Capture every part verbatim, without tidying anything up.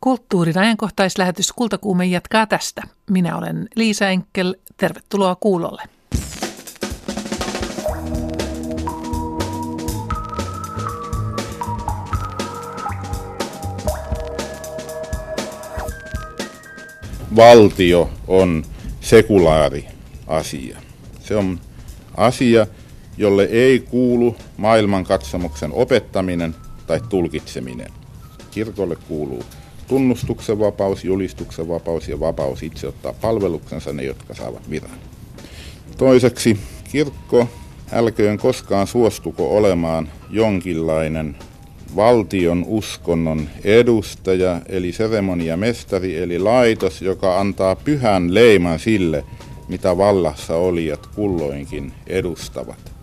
Kulttuurin ajankohtaislähetys Kultakuume jatkaa tästä. Minä olen Liisa Enkel. Tervetuloa kuulolle. Valtio on sekulaari asia. Se on asia, jolle ei kuulu maailmankatsomuksen opettaminen tai tulkitseminen. Kirkolle kuuluu tunnustuksen vapaus, julistuksen vapaus ja vapaus itse ottaa palveluksensa ne, jotka saavat viran. Toiseksi kirkko älköön koskaan suostuko olemaan jonkinlainen valtion uskonnon edustaja, eli seremoniamestari, eli laitos, joka antaa pyhän leiman sille, mitä vallassa olijat kulloinkin edustavat.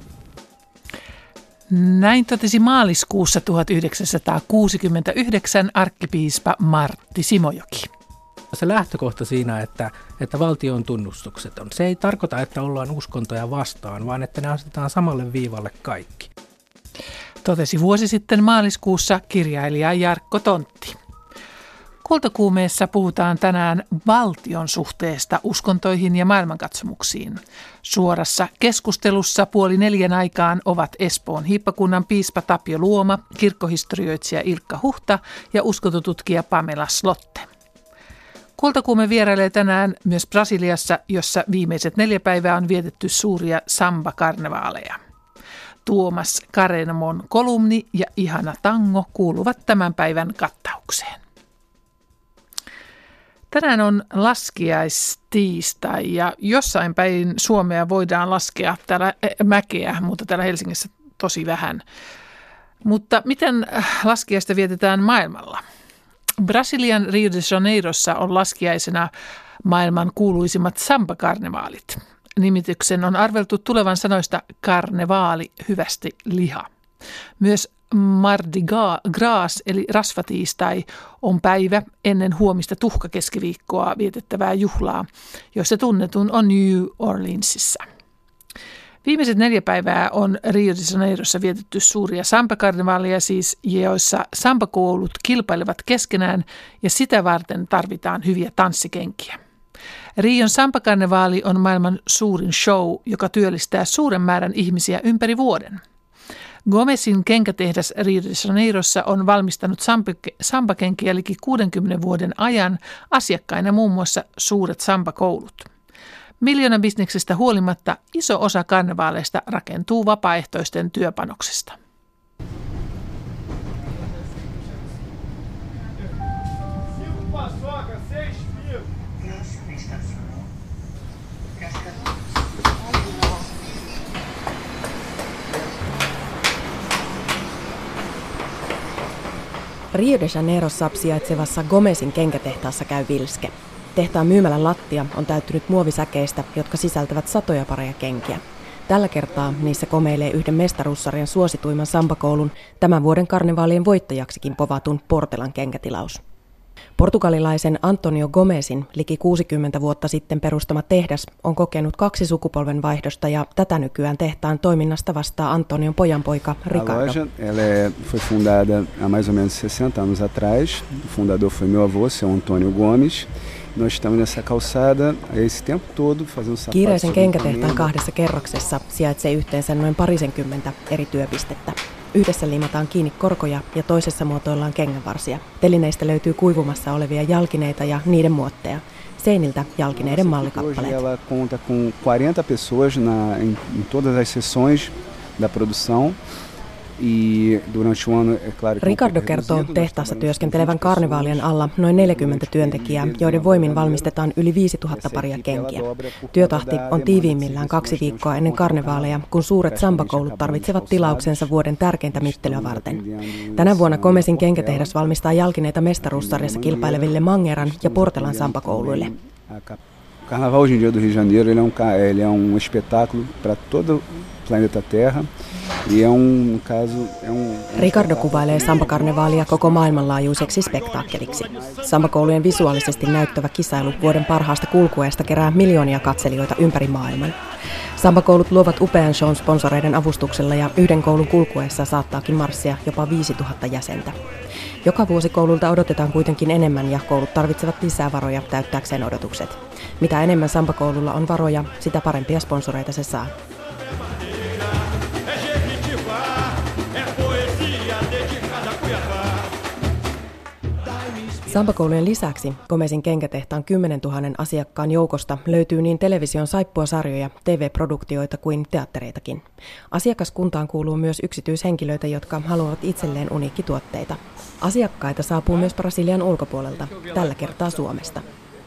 Näin totesi maaliskuussa tuhatyhdeksänsataakuusikymmentäyhdeksän arkkipiispa Martti Simojoki. Se lähtökohta siinä, että, että valtio on tunnustukseton. Se ei tarkoita, että ollaan uskontoja vastaan, vaan että ne asetetaan samalle viivalle kaikki. Totesi vuosi sitten maaliskuussa kirjailija Jarkko Tontti. Kultakuumeessa puhutaan tänään valtion suhteesta uskontoihin ja maailmankatsomuksiin. Suorassa keskustelussa puoli neljän aikaan ovat Espoon hiippakunnan piispa Tapio Luoma, kirkkohistorioitsija Ilkka Huhta ja uskontotutkija Pamela Slotte. Kultakuume vierailee tänään myös Brasiliassa, jossa viimeiset neljä päivää on vietetty suuria samba-karnevaaleja. Tuomas Karenomon kolumni ja ihana tango kuuluvat tämän päivän kattaukseen. Tänään on laskiaistiistai ja jossain päin Suomea voidaan laskea täällä mäkeä, mutta täällä Helsingissä tosi vähän. Mutta miten laskiaista vietetään maailmalla? Brasilian Rio de Janeirossa on laskiaisena maailman kuuluisimmat samba-karnevaalit. Nimityksen on arveltu tulevan sanoista karnevaali, hyvästi liha. Myös Mardi Gras eli rasvatiistai on päivä ennen huomista tuhkakeskiviikkoa vietettävää juhlaa, jossa tunnetun on New Orleansissa. Viimeiset neljä päivää on Rio de Janeirossa vietetty suuria samba-karnevaaleja siis, joissa sambakoulut kilpailevat keskenään ja sitä varten tarvitaan hyviä tanssikenkiä. Rion samba-karnevaali on maailman suurin show, joka työllistää suuren määrän ihmisiä ympäri vuoden. Gomezin kenkätehdas Rio de Janeirossa on valmistanut sambakenkiä liki kuudenkymmenen vuoden ajan, asiakkaina muun muassa suuret sambakoulut. Miljoonabisneksestä huolimatta iso osa karnevaaleista rakentuu vapaaehtoisten työpanoksesta. Rio de Janeirossa sijaitsevassa Gomezin kenkätehtaassa käy vilske. Tehtaan myymälän lattia on täyttynyt muovisäkeistä, jotka sisältävät satoja pareja kenkiä. Tällä kertaa niissä komeilee yhden mestaruussarjan suosituimman sambakoulun tämän vuoden karnevaalien voittajaksikin povatun Portelan kenkätilaus. Portugalilaisen Antonio Gomezin liki kuusikymmentä vuotta sitten perustama tehdas on kokenut kaksi sukupolven vaihdosta ja tätä nykyään tehtaan toiminnasta vastaa Antonion pojanpoika Ricardo. A loja ela foi fundada há mais ou menos sessenta anos atrás. O fundador foi meu avô, seu Antônio Gomes. Nós estamos nessa calçada esse tempo todo fazendo sapatos. Kiireisen kenkätehtaan kahdessa kerroksessa sijaitsee yhteensä noin parisenkymmentä eri työpistettä. Yhdessä liimataan kiinni korkoja ja toisessa muotoillaan kengänvarsia. Telineistä löytyy kuivumassa olevia jalkineita ja niiden muotteja. Seiniltä jalkineiden mallikappaleet. Ela conta com quarenta pessoas na, em, em todas as sessões da produção. Ricardo kertoo tehtaassa työskentelevän karnevaalien alla noin neljäkymmentä työntekijää, joiden voimin valmistetaan yli viisituhatta paria kenkiä. Työtahti on tiiviimmillään kaksi viikkoa ennen karnevaaleja, kun suuret sambakoulut tarvitsevat tilauksensa vuoden tärkeintä myttelyä varten. Tänä vuonna Gomezin kenkätehdas valmistaa jalkineita mestaruussarjassa kilpaileville Mangeran ja Portelan sambakouluille. Carnaval hoje em dia do Rio de Janeiro ele é um, ele é um espetáculo para todo o planeta Terra. Ricardo kuvailee sambakarnevaalia koko maailmanlaajuiseksi spektaakkeliksi. Sambakoulujen visuaalisesti näyttävä kisailu vuoden parhaasta kulkueesta kerää miljoonia katselijoita ympäri maailman. Sambakoulut luovat upean shown sponsoreiden avustuksella ja yhden koulun kulkuessa saattaakin marssia jopa viisituhatta jäsentä. Joka vuosi koululta odotetaan kuitenkin enemmän ja koulut tarvitsevat lisää varoja täyttääkseen odotukset. Mitä enemmän Sambakoululla on varoja, sitä parempia sponsoreita se saa. Sambakoulujen lisäksi Gomesin kenkätehtaan kymmenentuhannen asiakkaan joukosta löytyy niin television saippuasarjoja, T V-produktioita kuin teattereitakin. Asiakaskuntaan kuuluu myös yksityishenkilöitä, jotka haluavat itselleen uniikkituotteita. Asiakkaita saapuu myös Brasilian ulkopuolelta, tällä kertaa Suomesta.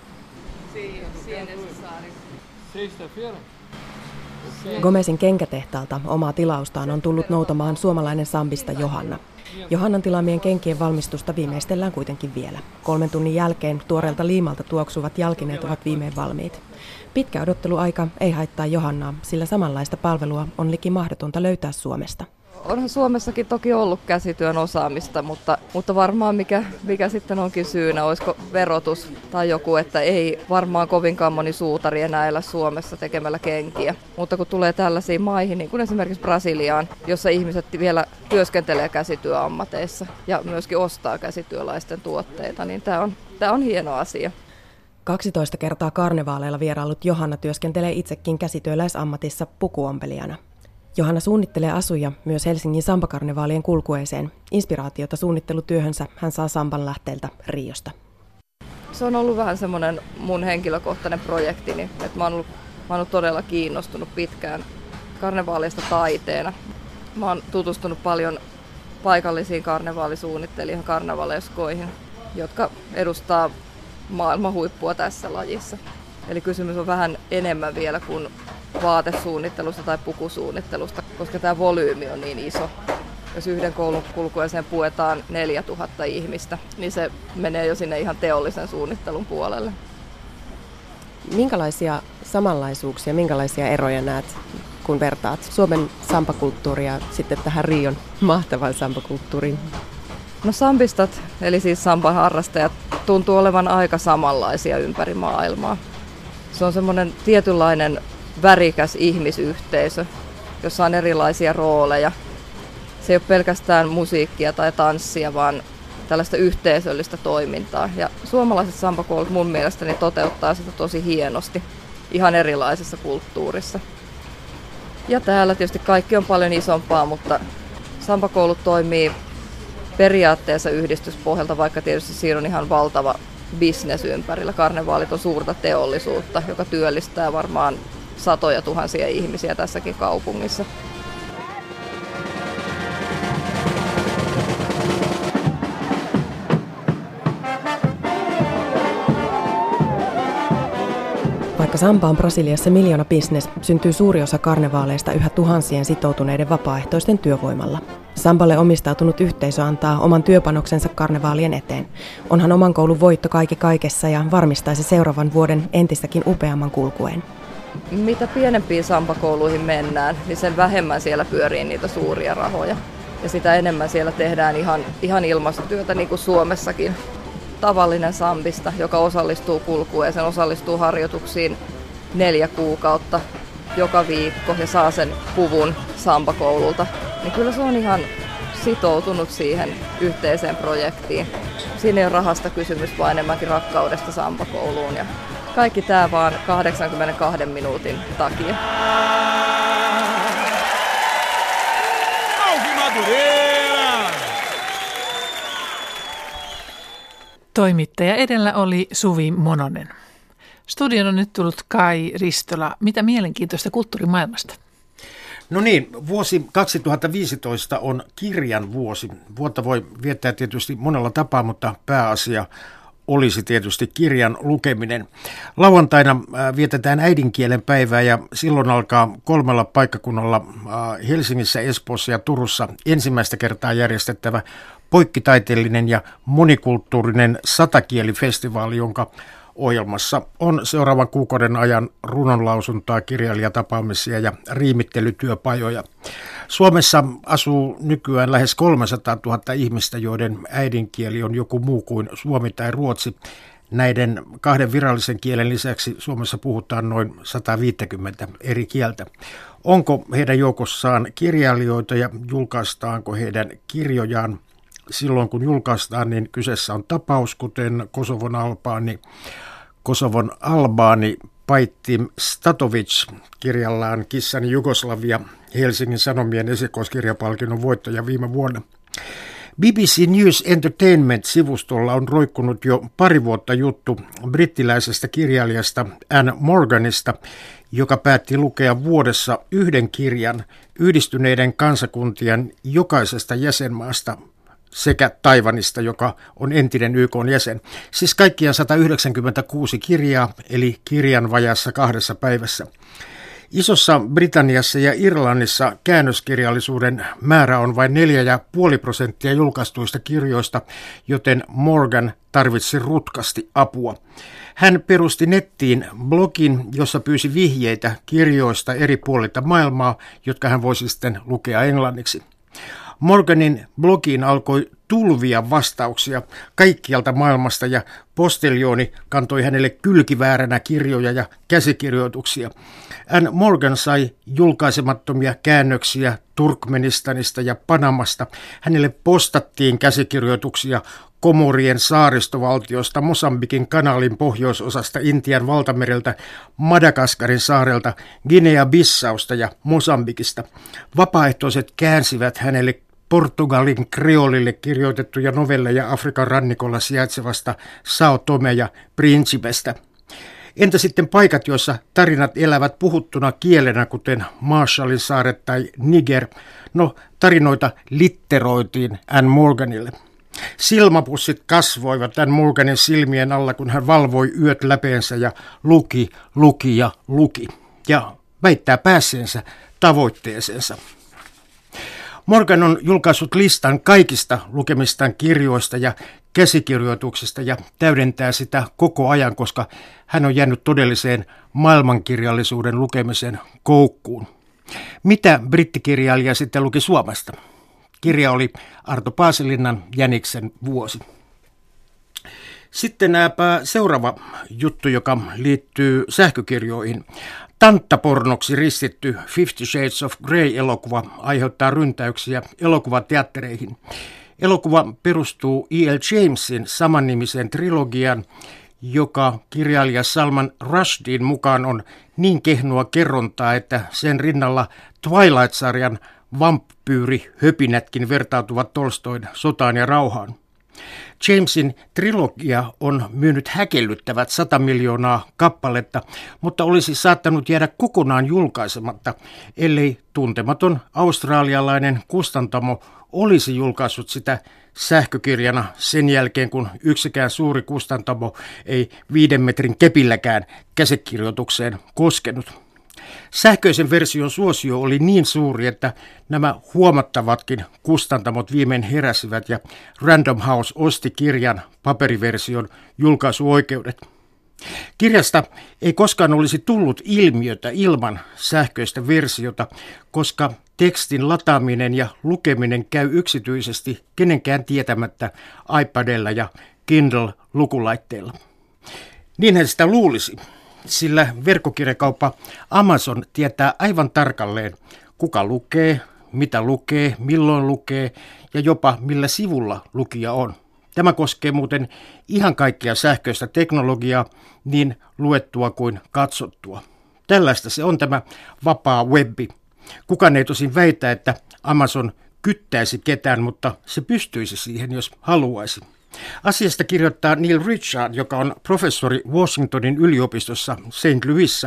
Gomesin kenkätehtaalta omaa tilaustaan on tullut noutamaan suomalainen sambista Johanna. Johannan tilaamien kenkien valmistusta viimeistellään kuitenkin vielä. Kolmen tunnin jälkeen tuoreelta liimalta tuoksuvat jalkineet ovat viimein valmiit. Pitkä odotteluaika ei haittaa Johannaa, sillä samanlaista palvelua on liki mahdotonta löytää Suomesta. Onhan Suomessakin toki ollut käsityön osaamista, mutta, mutta varmaan mikä, mikä sitten onkin syynä, olisiko verotus tai joku, että ei varmaan kovinkaan moni suutari enää elä Suomessa tekemällä kenkiä. Mutta kun tulee tällaisiin maihin, niin kuin esimerkiksi Brasiliaan, jossa ihmiset vielä työskentelee käsityöammateissa ja myöskin ostaa käsityöläisten tuotteita, niin tämä on, tämä on hieno asia. kaksitoista kertaa karnevaaleilla vieraillut Johanna työskentelee itsekin käsityöläisammatissa pukuompelijana. Johanna suunnittelee asuja myös Helsingin sambakarnevaalien kulkueeseen. Inspiraatiota suunnittelutyöhönsä hän saa samban lähteeltä Riosta. Se on ollut vähän semmoinen mun henkilökohtainen projektini, että mä oon ollut, mä oon ollut todella kiinnostunut pitkään karnevaaleista taiteena. Mä oon tutustunut paljon paikallisiin karnevaalisuunnittelijoihin, karnevaleskoihin, jotka edustaa maailman huippua tässä lajissa. Eli kysymys on vähän enemmän vielä kuin vaatesuunnittelusta tai pukusuunnittelusta, koska tämä volyymi on niin iso. Jos yhden koulun kulkueeseen puetaan neljätuhatta ihmistä, niin se menee jo sinne ihan teollisen suunnittelun puolelle. Minkälaisia samanlaisuuksia, minkälaisia eroja näet, kun vertaat Suomen sambakulttuuria sitten tähän Rion mahtavan sambakulttuuriin? No sambistat, eli siis samban harrastajat, tuntuu olevan aika samanlaisia ympäri maailmaa. Se on semmoinen tietynlainen värikäs ihmisyhteisö, jossa on erilaisia rooleja. Se ei ole pelkästään musiikkia tai tanssia, vaan tällaista yhteisöllistä toimintaa. Ja suomalaiset sambakoulut mun mielestäni toteuttaa sitä tosi hienosti, ihan erilaisessa kulttuurissa. Ja täällä tietysti kaikki on paljon isompaa, mutta sambakoulut toimii periaatteessa yhdistyspohjalta, vaikka tietysti siinä on ihan valtava bisnes ympärillä. Karnevaalit on suurta teollisuutta, joka työllistää varmaan satoja tuhansia ihmisiä tässäkin kaupungissa. Vaikka samba on Brasiliassa miljoona bisnes, syntyy suuri osa karnevaaleista yhä tuhansien sitoutuneiden vapaaehtoisten työvoimalla. Samballe omistautunut yhteisö antaa oman työpanoksensa karnevaalien eteen. Onhan oman koulun voitto kaikki kaikessa ja varmistaisi seuraavan vuoden entistäkin upeamman kulkueen. Mitä pienempiin sambakouluihin mennään, niin sen vähemmän siellä pyörii niitä suuria rahoja. Ja sitä enemmän siellä tehdään ihan, ihan ilmaistyötä, niin kuin Suomessakin. Tavallinen sambista, joka osallistuu kulkueeseen, osallistuu harjoituksiin neljä kuukautta joka viikko ja saa sen puvun sambakoululta. Niin kyllä se on ihan sitoutunut siihen yhteiseen projektiin. Siinä ei ole rahasta kysymys, vaan enemmänkin rakkaudesta sambakouluun. Ja kaikki tämä vaan kahdeksankymmentäkaksi minuutin takia. Toimittaja edellä oli Suvi Mononen. Studion on nyt tullut Kai Ristola. Mitä mielenkiintoista kulttuurimaailmasta? No niin, vuosi kaksituhattaviisitoista on kirjan vuosi. Vuotta voi viettää tietysti monella tapaa, mutta pääasia olisi tietysti kirjan lukeminen. Lauantaina vietetään äidinkielen päivää ja silloin alkaa kolmella paikkakunnalla Helsingissä, Espoossa ja Turussa ensimmäistä kertaa järjestettävä poikkitaiteellinen ja monikulttuurinen satakielifestivaali, jonka ohjelmassa on seuraavan kuukauden ajan runonlausuntaa, kirjailijatapaamisia ja riimittelytyöpajoja. Suomessa asuu nykyään lähes kolmesataatuhatta ihmistä, joiden äidinkieli on joku muu kuin suomi tai ruotsi. Näiden kahden virallisen kielen lisäksi Suomessa puhutaan noin sata viisikymmentä eri kieltä. Onko heidän joukossaan kirjailijoita ja julkaistaanko heidän kirjojaan? Silloin kun julkaistaan, niin kyseessä on tapaus, kuten Kosovon albaani, Kosovon albaani Paitim Statovic kirjallaan Kissani Jugoslavia, Helsingin Sanomien esikoiskirjapalkinnon voittaja viime vuonna. B B C News Entertainment-sivustolla on roikkunut jo pari vuotta juttu brittiläisestä kirjailijasta Anne Morganista, joka päätti lukea vuodessa yhden kirjan Yhdistyneiden kansakuntien jokaisesta jäsenmaasta sekä Taiwanista, joka on entinen Y K:n jäsen. Siis kaikkiaan sata yhdeksänkymmentäkuusi kirjaa, eli kirjan vajassa kahdessa päivässä. Isossa Britanniassa ja Irlannissa käännöskirjallisuuden määrä on vain neljä pilkku viisi prosenttia julkaistuista kirjoista, joten Morgan tarvitsi rutkasti apua. Hän perusti nettiin blogin, jossa pyysi vihjeitä kirjoista eri puolilta maailmaa, jotka hän voisi sitten lukea englanniksi. Morganin blogiin alkoi tulvia vastauksia kaikkialta maailmasta ja posteljooni kantoi hänelle kylkivääränä kirjoja ja käsikirjoituksia. Anne Morgan sai julkaisemattomia käännöksiä Turkmenistanista ja Panamasta. Hänelle postattiin käsikirjoituksia Komorien saaristovaltiosta, Mosambikin kanaalin pohjoisosasta, Intian valtamereltä, Madagaskarin saarelta, Guinea-Bissausta ja Mosambikista. Vapaaehtoiset käänsivät hänelle Portugalin kreolille kirjoitettuja novelleja Afrikan rannikolla sijaitsevasta Sao Tome ja Principestä. Entä sitten paikat, joissa tarinat elävät puhuttuna kielenä, kuten Marshallin saaret tai Niger? No, tarinoita litteroitiin Anne Morganille. Silmäpussit kasvoivat Anne Morganin silmien alla, kun hän valvoi yöt läpeensä ja luki, luki ja luki. Ja väittää päässeensä tavoitteeseensa. Morgan on julkaissut listan kaikista lukemistaan kirjoista ja käsikirjoituksista ja täydentää sitä koko ajan, koska hän on jäänyt todelliseen maailmankirjallisuuden lukemisen koukkuun. Mitä brittikirjailija sitten luki Suomesta? Kirja oli Arto Paasilinnan Jäniksen vuosi. Sitten seuraava juttu, joka liittyy sähkökirjoihin. Tanttapornoksi ristitty Fifty Shades of Grey-elokuva aiheuttaa ryntäyksiä elokuvateattereihin. Elokuva perustuu E L Jamesin samannimiseen trilogiaan, joka kirjailija Salman Rushdien mukaan on niin kehnua kerrontaa, että sen rinnalla Twilight-sarjan vampyyri-höpinätkin vertautuvat Tolstoin Sotaan ja rauhaan. Jamesin trilogia on myynyt häkellyttävät sata miljoonaa kappaletta, mutta olisi saattanut jäädä kokonaan julkaisematta, ellei tuntematon australialainen kustantamo olisi julkaissut sitä sähkökirjana sen jälkeen, kun yksikään suuri kustantamo ei viiden metrin kepilläkään käsikirjoitukseen koskenut. Sähköisen version suosio oli niin suuri, että nämä huomattavatkin kustantamot viimein heräsivät ja Random House osti kirjan paperiversion julkaisuoikeudet. Kirjasta ei koskaan olisi tullut ilmiötä ilman sähköistä versiota, koska tekstin lataaminen ja lukeminen käy yksityisesti kenenkään tietämättä iPadilla ja Kindle-lukulaitteella. Niinhän sitä luulisi. Sillä verkkokirjakauppa Amazon tietää aivan tarkalleen, kuka lukee, mitä lukee, milloin lukee ja jopa millä sivulla lukija on. Tämä koskee muuten ihan kaikkia sähköistä teknologiaa, niin luettua kuin katsottua. Tällaista se on tämä vapaa webbi. Kukaan ei tosin väitä, että Amazon kyttäisi ketään, mutta se pystyisi siihen, jos haluaisi. Asiasta kirjoittaa Neil Richard, joka on professori Washingtonin yliopistossa Saint Louisissa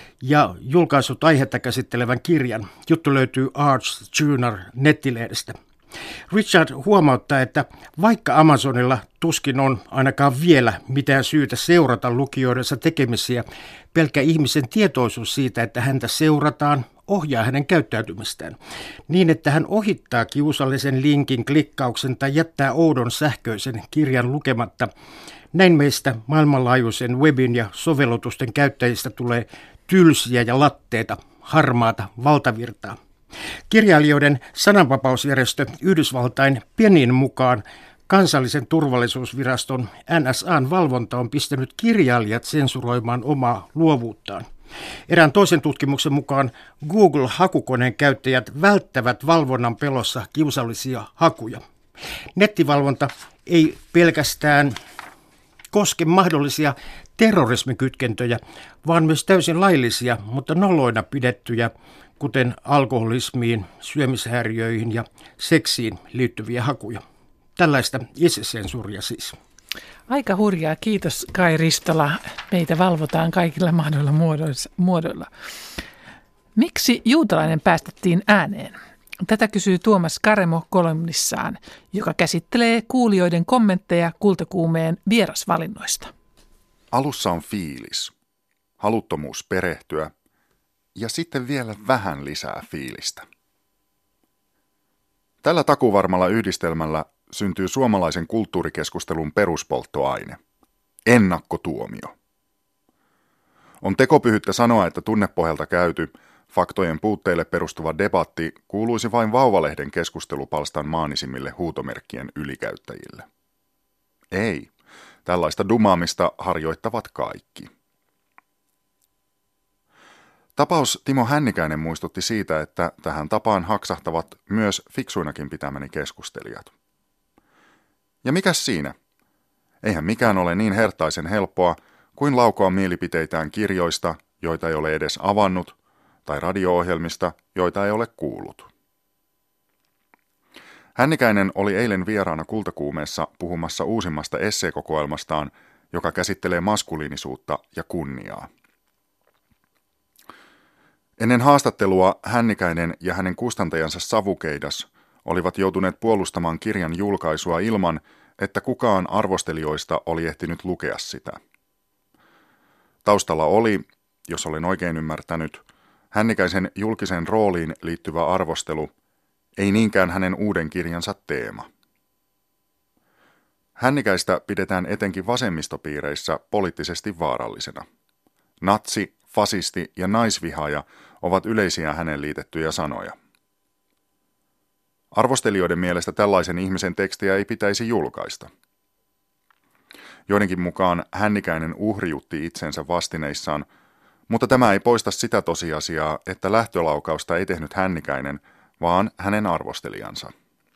ja julkaissut aihetta käsittelevän kirjan. Juttu löytyy Arts Journal nettilehdestä. Richard huomauttaa, että vaikka Amazonilla tuskin on ainakaan vielä mitään syytä seurata lukijoidensa tekemisiä, pelkkä ihmisen tietoisuus siitä, että häntä seurataan, ohjaa hänen käyttäytymistään niin, että hän ohittaa kiusallisen linkin klikkauksen tai jättää oudon sähköisen kirjan lukematta. Näin meistä maailmanlaajuisen webin ja sovellutusten käyttäjistä tulee tylsiä ja latteita, harmaata valtavirtaa. Kirjailijoiden sananvapausjärjestö Yhdysvaltain Penin mukaan Kansallisen turvallisuusviraston N S A:n valvonta on pistänyt kirjailijat sensuroimaan omaa luovuuttaan. Erään toisen tutkimuksen mukaan Google-hakukoneen käyttäjät välttävät valvonnan pelossa kiusallisia hakuja. Nettivalvonta ei pelkästään koske mahdollisia terrorismikytkentöjä, vaan myös täysin laillisia, mutta noloina pidettyjä, kuten alkoholismiin, syömishäiriöihin ja seksiin liittyviä hakuja. Tällaista itsesensuuria siis. Aika hurjaa. Kiitos Kai Ristola. Meitä valvotaan kaikilla mahdollisilla muodoilla. Miksi juutalainen päästettiin ääneen? Tätä kysyy Tuomas Karemo kolumnissaan, joka käsittelee kuulijoiden kommentteja Kultakuumeen vierasvalinnoista. Alussa on fiilis, haluttomuus perehtyä ja sitten vielä vähän lisää fiilistä. Tällä takuvarmalla yhdistelmällä syntyy suomalaisen kulttuurikeskustelun peruspolttoaine, ennakkotuomio. On tekopyhyyttä sanoa, että tunnepohjalta käyty, faktojen puutteille perustuva debatti kuuluisi vain Vauvalehden keskustelupalstan maanisimmille huutomerkkien ylikäyttäjille. Ei, tällaista dumaamista harjoittavat kaikki. Tapaus Timo Hännikäinen muistutti siitä, että tähän tapaan haksahtavat myös fiksuinakin pitämäni keskustelijat. Ja mikäs siinä? Eihän mikään ole niin hertaisen helppoa kuin laukoa mielipiteitään kirjoista, joita ei ole edes avannut, tai radio-ohjelmista, joita ei ole kuullut. Hännikäinen oli eilen vieraana Kultakuumeessa puhumassa uusimmasta esseekokoelmastaan, joka käsittelee maskuliinisuutta ja kunniaa. Ennen haastattelua Hännikäinen ja hänen kustantajansa Savukeidas olivat joutuneet puolustamaan kirjan julkaisua ilman, että kukaan arvostelijoista oli ehtinyt lukea sitä. Taustalla oli, jos olen oikein ymmärtänyt, Hännikäisen julkisen rooliin liittyvä arvostelu, ei niinkään hänen uuden kirjansa teema. Hännikäistä pidetään etenkin vasemmistopiireissä poliittisesti vaarallisena. Natsi, fasisti ja naisvihaaja ovat yleisiä hänen liitettyjä sanoja. Arvostelijoiden mielestä tällaisen ihmisen tekstiä ei pitäisi julkaista. Joidenkin mukaan Hännikäinen uhriutti itsensä vastineissaan, mutta tämä ei poista sitä tosiasiaa, että lähtölaukausta ei tehnyt Hännikäinen, vaan hänen arvostelijansa.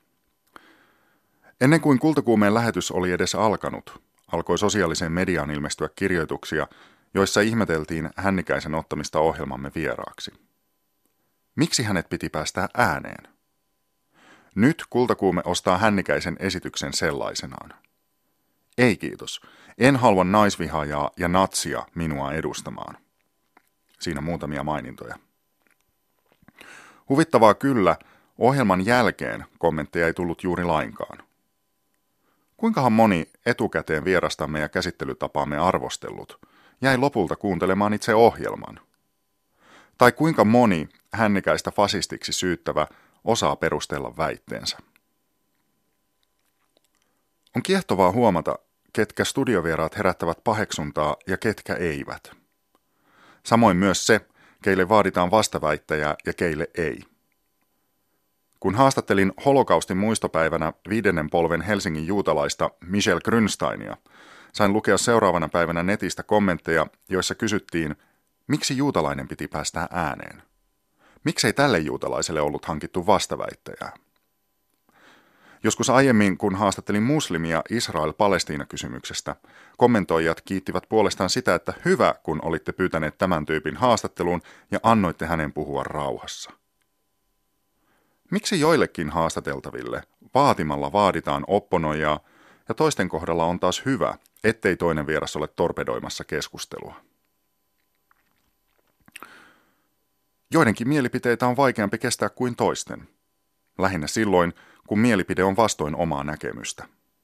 Ennen kuin Kultakuumeen lähetys oli edes alkanut, alkoi sosiaaliseen mediaan ilmestyä kirjoituksia, joissa ihmeteltiin Hännikäisen ottamista ohjelmamme vieraaksi. Miksi hänet piti päästää ääneen? Nyt Kultakuume ostaa Hännikäisen esityksen sellaisenaan. Ei kiitos, en halua naisvihaajaa ja natsia minua edustamaan. Siinä muutamia mainintoja. Huvittavaa kyllä, ohjelman jälkeen kommentteja ei tullut juuri lainkaan. Kuinkahan moni etukäteen vierastamme ja käsittelytapaamme arvostellut jäi lopulta kuuntelemaan itse ohjelman? Tai kuinka moni Hännikäistä fasistiksi syyttävä osaa perustella väitteensä? On kiehtovaa huomata, ketkä studiovieraat herättävät paheksuntaa ja ketkä eivät. Samoin myös se, keille vaaditaan vastaväittäjää ja keille ei. Kun haastattelin holokaustin muistopäivänä viidennen polven Helsingin juutalaista Michel Grünsteinia, sain lukea seuraavana päivänä netistä kommentteja, joissa kysyttiin, miksi juutalainen piti päästää ääneen. Miksei tälle juutalaiselle ollut hankittu vastaväittäjää? Joskus aiemmin, kun haastattelin muslimia Israel-Palestiina-kysymyksestä, kommentoijat kiittivät puolestaan sitä, että hyvä, kun olitte pyytäneet tämän tyypin haastatteluun ja annoitte hänen puhua rauhassa. Miksi joillekin haastateltaville vaatimalla vaaditaan opponoijaa ja toisten kohdalla on taas hyvä, ettei toinen vieras ole torpedoimassa keskustelua? Joidenkin mielipiteitä on vaikeampi kestää kuin toisten. Lähinnä silloin, kun mielipide on vastoin omaa näkemystä.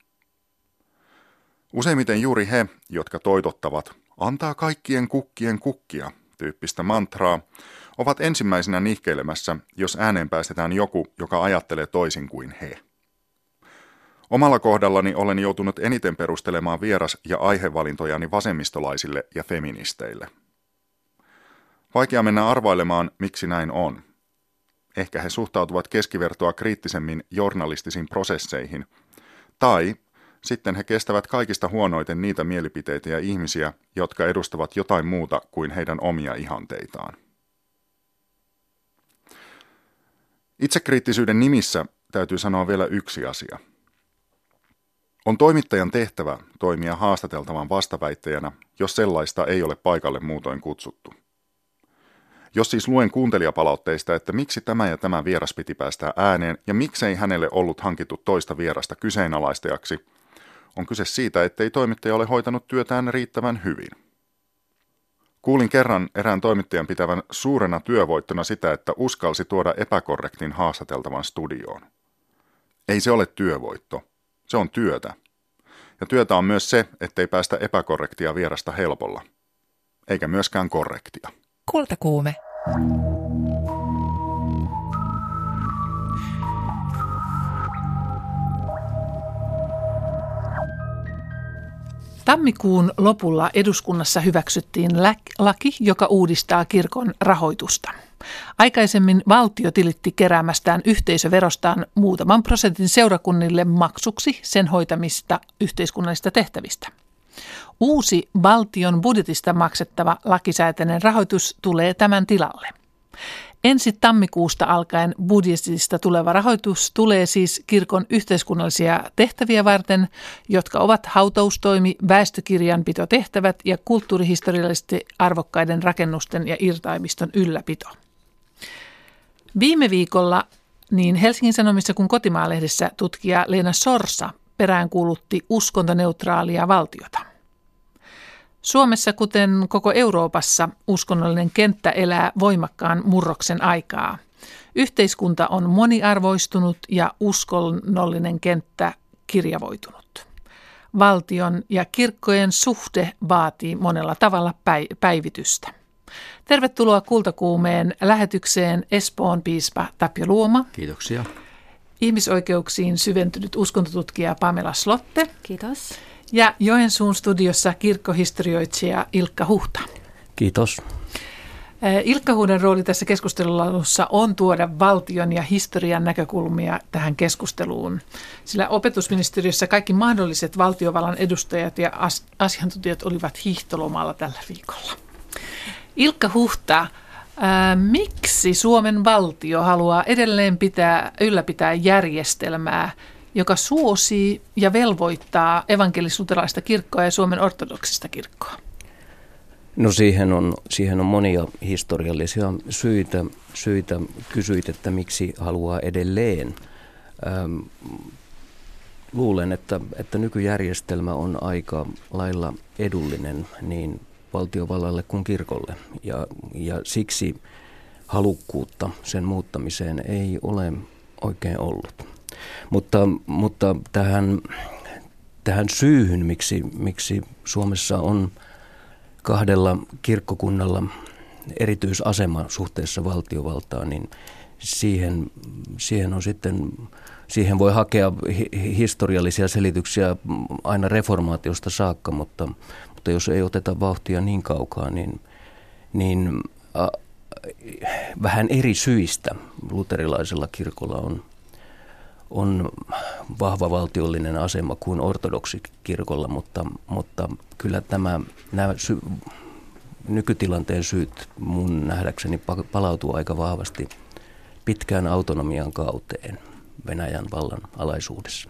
Useimmiten juuri he, jotka toitottavat antaa kaikkien kukkien kukkia tyyppistä mantraa, ovat ensimmäisenä nihkeilemässä, jos ääneen päästetään joku, joka ajattelee toisin kuin he. Omalla kohdallani olen joutunut eniten perustelemaan vieras- ja aihevalintojani vasemmistolaisille ja feministeille. Vaikea mennä arvailemaan, miksi näin on. Ehkä he suhtautuvat keskivertoa kriittisemmin journalistisiin prosesseihin, tai sitten he kestävät kaikista huonoiten niitä mielipiteitä ja ihmisiä, jotka edustavat jotain muuta kuin heidän omia ihanteitaan. Itsekriittisyyden nimissä täytyy sanoa vielä yksi asia. On toimittajan tehtävä toimia haastateltavan vastaväittäjänä, jos sellaista ei ole paikalle muutoin kutsuttu. Jos siis luen kuuntelijapalautteista, että miksi tämä ja tämä vieras piti päästää ääneen ja miksei hänelle ollut hankittu toista vierasta kyseenalaistajaksi, on kyse siitä, ettei toimittaja ole hoitanut työtään riittävän hyvin. Kuulin kerran erään toimittajan pitävän suurena työvoittona sitä, että uskalsi tuoda epäkorrektin haastateltavan studioon. Ei se ole työvoitto, se on työtä. Ja työtä on myös se, ettei päästä epäkorrektia vierasta helpolla. Eikä myöskään korrektia. Kultakuume. Tammikuun lopulla eduskunnassa hyväksyttiin laki, joka uudistaa kirkon rahoitusta. Aikaisemmin valtio tilitti keräämästään yhteisöverostaan muutaman prosentin seurakunnille maksuksi sen hoitamista yhteiskunnallisista tehtävistä. Uusi valtion budjetista maksettava lakisääteinen rahoitus tulee tämän tilalle. Ensi tammikuusta alkaen budjetista tuleva rahoitus tulee siis kirkon yhteiskunnallisia tehtäviä varten, jotka ovat hautaustoimi, väestökirjanpitotehtävät ja kulttuurihistoriallisesti arvokkaiden rakennusten ja irtaimiston ylläpito. Viime viikolla niin Helsingin Sanomissa kuin Kotimaa-lehdessä tutkija Leena Sorsa peräänkuulutti uskontoneutraalia valtiota. Suomessa, kuten koko Euroopassa, uskonnollinen kenttä elää voimakkaan murroksen aikaa. Yhteiskunta on moniarvoistunut ja uskonnollinen kenttä kirjavoitunut. Valtion ja kirkkojen suhde vaatii monella tavalla päivitystä. Tervetuloa Kultakuumeen lähetykseen Espoon piispa Tapio Luoma. Kiitoksia. Ihmisoikeuksiin syventynyt uskontotutkija Pamela Slotte. Kiitos. Ja Joensuun studiossa kirkkohistorioitsija Ilkka Huhta. Kiitos. Ilkka Huhden rooli tässä keskustelussa on tuoda valtion ja historian näkökulmia tähän keskusteluun, sillä opetusministeriössä kaikki mahdolliset valtiovallan edustajat ja asiantuntijat olivat hiihtolomalla tällä viikolla. Ilkka Huhta, ää, miksi Suomen valtio haluaa edelleen pitää, ylläpitää järjestelmää, joka suosii ja velvoittaa evankelis-luterilaista kirkkoa ja Suomen ortodoksista kirkkoa? No siihen on, siihen on monia historiallisia syitä. syitä. Kysyit, että miksi haluaa edelleen. Ähm, luulen, että, että nykyjärjestelmä on aika lailla edullinen niin valtiovallalle kuin kirkolle. Ja, ja siksi halukkuutta sen muuttamiseen ei ole oikein ollut. Mutta, mutta tähän, tähän syyhyn, miksi, miksi Suomessa on kahdella kirkkokunnalla erityisasema suhteessa valtiovaltaan, niin siihen, siihen on sitten, siihen voi hakea historiallisia selityksiä aina reformaatiosta saakka, mutta, mutta jos ei oteta vauhtia niin kaukaa, niin, niin äh, vähän eri syistä luterilaisella kirkolla on on vahva valtiollinen asema kuin ortodoksikirkolla, mutta, mutta kyllä tämä, nämä sy, nykytilanteen syyt mun nähdäkseni palautuu aika vahvasti pitkään autonomian kauteen Venäjän vallan alaisuudessa.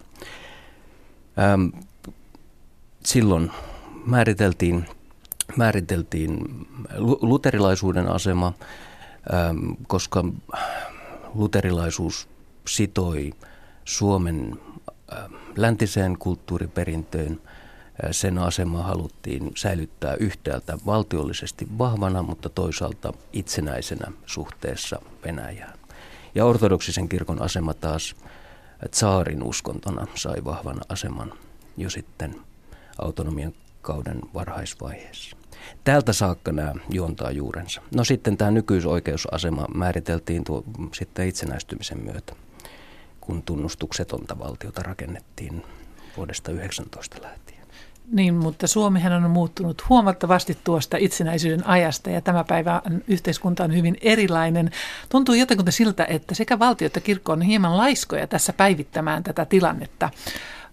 Ähm, silloin määriteltiin, määriteltiin luterilaisuuden asema, ähm, koska luterilaisuus sitoi Suomen läntiseen kulttuuriperintöön. Sen asema haluttiin säilyttää yhtäältä valtiollisesti vahvana, mutta toisaalta itsenäisenä suhteessa Venäjään. Ja ortodoksisen kirkon asema taas tsaarin uskontona sai vahvan aseman jo sitten autonomian kauden varhaisvaiheessa. Täältä saakka nämä juontaa juurensa. No sitten tämä nykyisoikeusasema määriteltiin tuo, sitten itsenäistymisen myötä, kun tunnustuksetonta valtiota rakennettiin vuodesta yhdeksäntoista lähtien. Niin, mutta Suomihan on muuttunut huomattavasti tuosta itsenäisyyden ajasta ja tämä päivä yhteiskunta on hyvin erilainen. Tuntuu jotenkin siltä, että sekä valtio että kirkko on hieman laiskoja tässä päivittämään tätä tilannetta.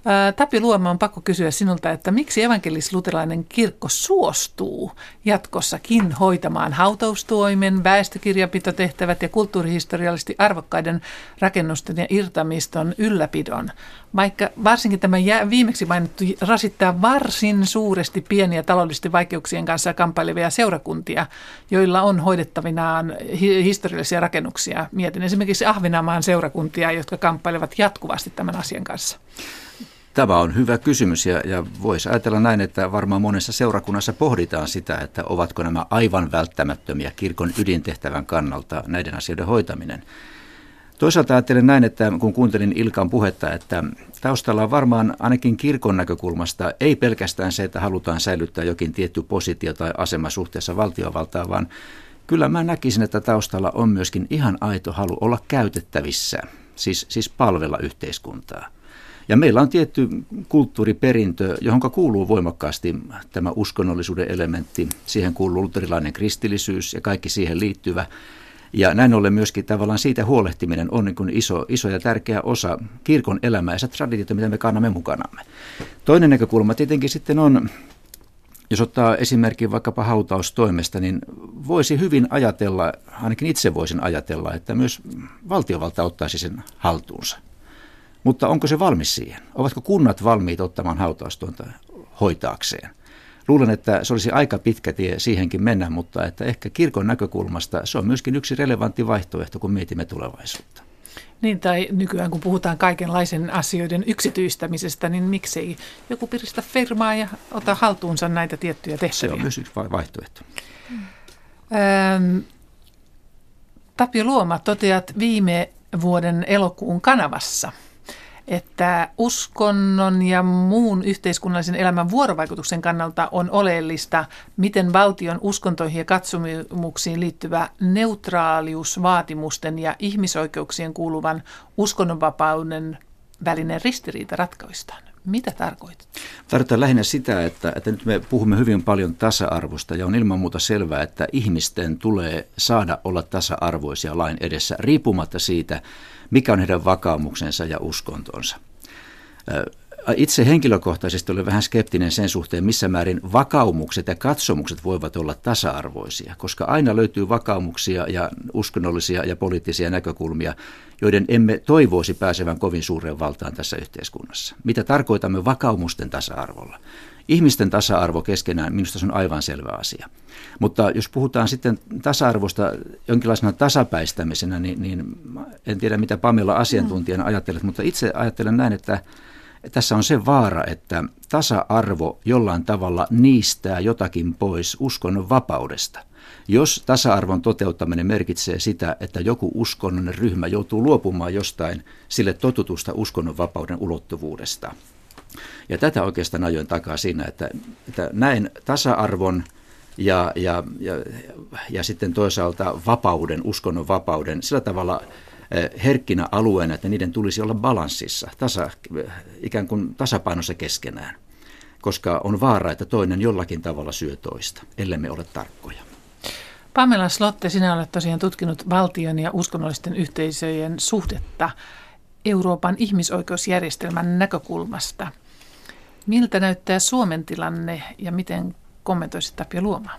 Tapio Luoma, on pakko kysyä sinulta, että miksi evankelis-luterilainen kirkko suostuu jatkossakin hoitamaan hautaustoimen, väestökirjapitotehtävät ja kulttuurihistoriallisesti arvokkaiden rakennusten ja irtamiston ylläpidon, vaikka varsinkin tämä viimeksi mainittu rasittaa varsin suuresti pieniä taloudellisten vaikeuksien kanssa kamppailevia seurakuntia, joilla on hoidettavinaan historiallisia rakennuksia. Mietin esimerkiksi Ahvenanmaan seurakuntia, jotka kamppailevat jatkuvasti tämän asian kanssa. Tämä on hyvä kysymys ja, ja voisi ajatella näin, että varmaan monessa seurakunnassa pohditaan sitä, että ovatko nämä aivan välttämättömiä kirkon ydintehtävän kannalta näiden asioiden hoitaminen. Toisaalta ajattelen näin, että kun kuuntelin Ilkan puhetta, että taustalla on varmaan ainakin kirkon näkökulmasta ei pelkästään se, että halutaan säilyttää jokin tietty positio tai asema suhteessa valtiovaltaan, vaan kyllä mä näkisin, että taustalla on myöskin ihan aito halu olla käytettävissä, siis, siis palvella yhteiskuntaa. Ja meillä on tietty kulttuuriperintö, johon kuuluu voimakkaasti tämä uskonnollisuuden elementti. Siihen kuuluu luterilainen kristillisyys ja kaikki siihen liittyvä. Ja näin ollen myöskin tavallaan siitä huolehtiminen on niin kuin iso, iso ja tärkeä osa kirkon elämää ja se traditio, mitä me kannamme mukanamme. Toinen näkökulma tietenkin sitten on, jos ottaa esimerkin vaikkapa hautaustoimesta, niin voisi hyvin ajatella, ainakin itse voisin ajatella, että myös valtiovalta ottaisi sen haltuunsa. Mutta onko se valmis siihen? Ovatko kunnat valmiit ottamaan hautaustointa hoitaakseen? Luulen, että se olisi aika pitkä tie siihenkin mennä, mutta että ehkä kirkon näkökulmasta se on myöskin yksi relevantti vaihtoehto, kun mietimme tulevaisuutta. Niin, tai nykyään kun puhutaan kaikenlaisen asioiden yksityistämisestä, niin miksei joku piristä firmaa ja ota haltuunsa näitä tiettyjä tehtäviä? Se on myös yksi vaihtoehto. Ähm, Tapio Luoma, toteat viime vuoden elokuun Kanavassa, että uskonnon ja muun yhteiskunnallisen elämän vuorovaikutuksen kannalta on oleellista, miten valtion uskontoihin ja katsomuksiin liittyvä neutraaliusvaatimusten ja ihmisoikeuksien kuuluvan uskonnonvapauden välinen ristiriita ratkaistaan. Mitä tarkoitat? Tarkoittaa lähinnä sitä, että, että nyt me puhumme hyvin paljon tasa-arvosta ja on ilman muuta selvää, että ihmisten tulee saada olla tasa-arvoisia lain edessä riippumatta siitä, mikä on heidän vakaumuksensa ja uskontonsa. Itse henkilökohtaisesti olen vähän skeptinen sen suhteen, missä määrin vakaumukset ja katsomukset voivat olla tasa-arvoisia, koska aina löytyy vakaumuksia ja uskonnollisia ja poliittisia näkökulmia, joiden emme toivoisi pääsevän kovin suureen valtaan tässä yhteiskunnassa. Mitä tarkoitamme vakaumusten tasa-arvolla? Ihmisten tasa-arvo keskenään minusta se on aivan selvä asia. Mutta jos puhutaan sitten tasa-arvosta jonkinlaisena tasapäistämisenä, niin, niin en tiedä mitä Pamela asiantuntijana ajattelet, mutta itse ajattelen näin, että tässä on se vaara, että tasa-arvo jollain tavalla niistää jotakin pois uskonnon vapaudesta. Jos tasa-arvon toteuttaminen merkitsee sitä, että joku uskonnollinen ryhmä joutuu luopumaan jostain sille totutusta uskonnonvapauden ulottuvuudesta. Ja tätä oikeastaan ajoin takaa siinä, että, että näen tasa-arvon ja, ja, ja, ja sitten toisaalta vapauden, uskonnon vapauden sillä tavalla herkkinä alueena, että niiden tulisi olla balanssissa, tasa, ikään kuin tasapainossa keskenään, koska on vaara, että toinen jollakin tavalla syö toista, ellemme ole tarkkoja. Pamela Slotte, sinä olet tosiaan tutkinut valtion ja uskonnollisten yhteisöjen suhdetta Euroopan ihmisoikeusjärjestelmän näkökulmasta. Miltä näyttää Suomen tilanne ja miten kommentoisit Tapio Luomaa?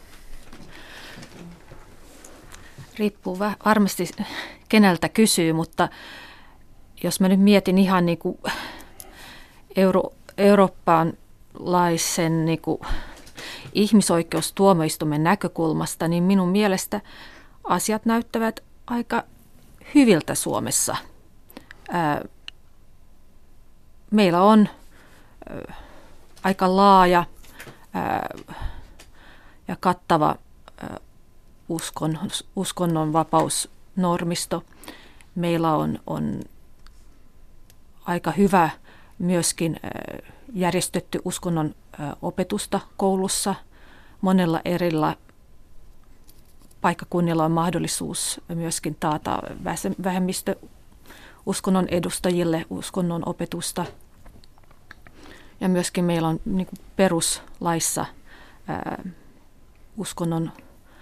Riippuu varmasti keneltä kysyy, mutta jos mä nyt mietin ihan niin kuin euro, eurooppalaisen niin kuin ihmisoikeustuomioistuimen näkökulmasta, niin minun mielestä asiat näyttävät aika hyviltä Suomessa. Ää, meillä on ää, aika laaja ää, ja kattava ää, uskon, uskonnon vapausnormisto. Meillä on, on aika hyvä myöskin ää, järjestetty uskonnon ää, opetusta koulussa. Monella erillä paikkakunnilla on mahdollisuus myöskin taata vähemmistö uskonnon edustajille uskonnon opetusta. Ja myöskin meillä on niin kuin peruslaissa ää, uskonnon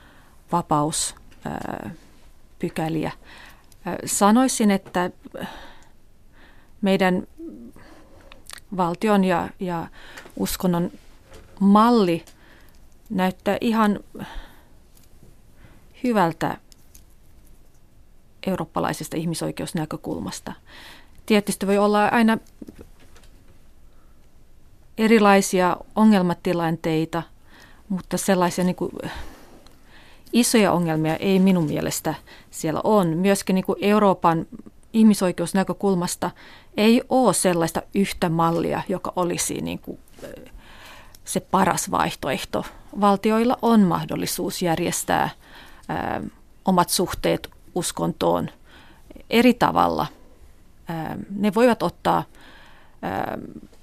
vapauspykäliä. Sanoisin, että meidän valtion ja, ja uskonnon malli näyttää ihan hyvältä eurooppalaisesta ihmisoikeusnäkökulmasta. Tietysti voi olla aina erilaisia ongelmatilanteita, mutta sellaisia niin kuin isoja ongelmia ei minun mielestä siellä on. Myöskin niin kuin Euroopan ihmisoikeusnäkökulmasta ei ole sellaista yhtä mallia, joka olisi niin kuin se paras vaihtoehto. Valtioilla on mahdollisuus järjestää ää, omat suhteet uskontoon eri tavalla. Ää, ne voivat ottaa, ää,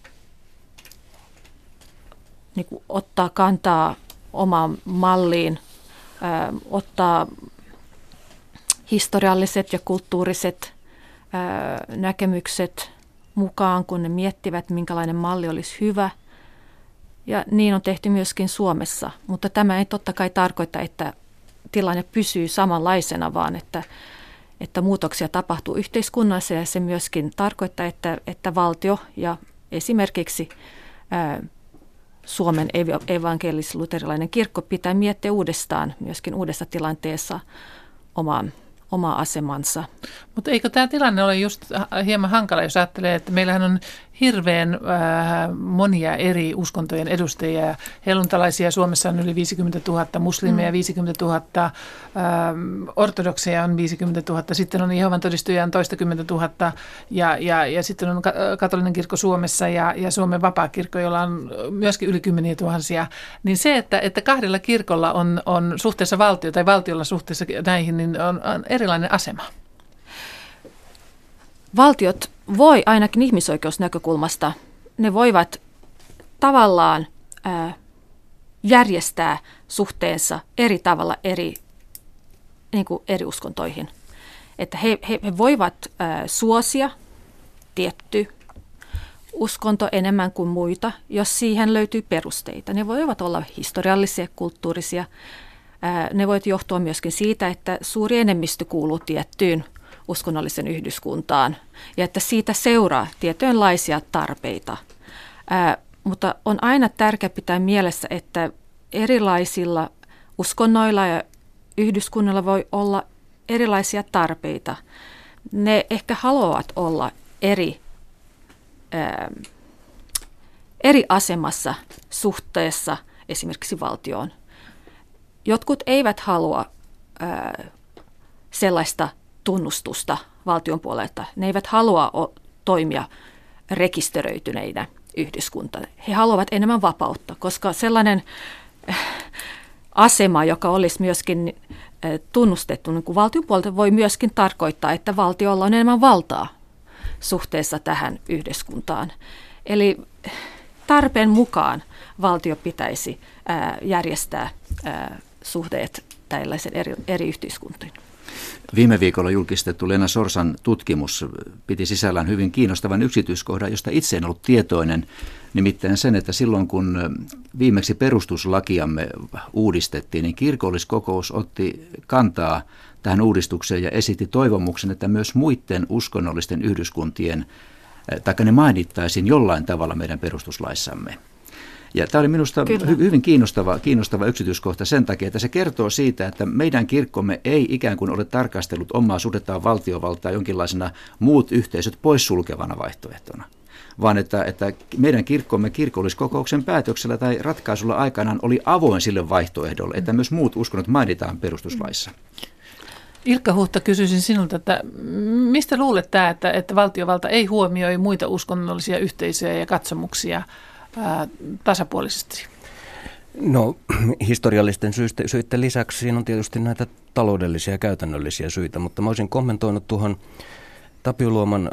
niin kuin ottaa kantaa omaan malliin, ää, ottaa historialliset ja kulttuuriset ää, näkemykset mukaan, kun ne miettivät, minkälainen malli olisi hyvä. Ja niin on tehty myöskin Suomessa, mutta tämä ei totta kai tarkoita, että tilanne pysyy samanlaisena, vaan että, että muutoksia tapahtuu yhteiskunnassa ja se myöskin tarkoittaa, että, että valtio ja esimerkiksi ää, Suomen evankelis-luterilainen kirkko pitää miettiä uudestaan myöskin uudessa tilanteessa omaa, omaa asemansa. Mutta eikö tämä tilanne ole just hieman hankala, jos ajattelee, että meillähän on hirveän äh, monia eri uskontojen edustajia. Helluntalaisia Suomessa on yli viisikymmentätuhatta, muslimeja mm. viisikymmentätuhatta, äh, ortodokseja on viisikymmentätuhatta, sitten on Jehovan todistujia on toistakymmentätuhatta ja, ja, ja sitten on katolinen kirkko Suomessa ja, ja Suomen vapaakirkko, jolla on myöskin yli kymmeniä tuhansia. Niin se, että, että kahdella kirkolla on, on suhteessa valtio tai valtiolla suhteessa näihin, niin on, on erilainen asema. Valtiot voi ainakin ihmisoikeusnäkökulmasta, ne voivat tavallaan ää, järjestää suhteensa eri tavalla eri, niin kuin eri uskontoihin. Että he, he, he voivat ää, suosia tietty uskonto enemmän kuin muita, jos siihen löytyy perusteita. Ne voivat olla historiallisia, kulttuurisia. Ää, ne voivat johtua myöskin siitä, että suuri enemmistö kuuluu tiettyyn uskonnollisen yhdyskuntaan ja että siitä seuraa tietynlaisia tarpeita. Ää, mutta on aina tärkeää pitää mielessä, että erilaisilla uskonnoilla ja yhdyskunnilla voi olla erilaisia tarpeita. Ne ehkä haluavat olla eri, ää, eri asemassa suhteessa esimerkiksi valtioon. Jotkut eivät halua ää, sellaista tunnustusta valtion puolelta. Ne eivät halua toimia rekisteröityneinä yhdyskuntana. He haluavat enemmän vapautta, koska sellainen asema, joka olisi myöskin tunnustettu niin kuin valtion puolelta, voi myöskin tarkoittaa, että valtiolla on enemmän valtaa suhteessa tähän yhdyskuntaan. Eli tarpeen mukaan valtio pitäisi järjestää suhteet tällaisen eri, eri yhteiskuntiin. Viime viikolla julkistettu Leena Sorsan tutkimus piti sisällään hyvin kiinnostavan yksityiskohdan, josta itse en ollut tietoinen, nimittäin sen, että silloin kun viimeksi perustuslakiamme uudistettiin, niin kirkolliskokous otti kantaa tähän uudistukseen ja esitti toivomuksen, että myös muiden uskonnollisten yhdyskuntien, taikka ne mainittaisiin jollain tavalla meidän perustuslaissamme. Ja tämä oli minusta hy- hyvin kiinnostava, kiinnostava yksityiskohta sen takia, että se kertoo siitä, että meidän kirkkomme ei ikään kuin ole tarkastellut omaa suhdettaan valtiovaltaa jonkinlaisena muut yhteisöt poissulkevana vaihtoehtona, vaan että, että meidän kirkkomme kirkolliskokouksen päätöksellä tai ratkaisulla aikanaan oli avoin sille vaihtoehdolle, että myös muut uskonnot mainitaan perustuslaissa. Ilkka Huhta, kysyisin sinulta, että mistä luulet tämä, että, että valtiovalta ei huomioi muita uskonnollisia yhteisöjä ja katsomuksia ää, tasapuolisesti? No historiallisten syiden lisäksi siinä on tietysti näitä taloudellisia ja käytännöllisiä syitä, mutta mä olisin kommentoinut tuohon Tapio Luoman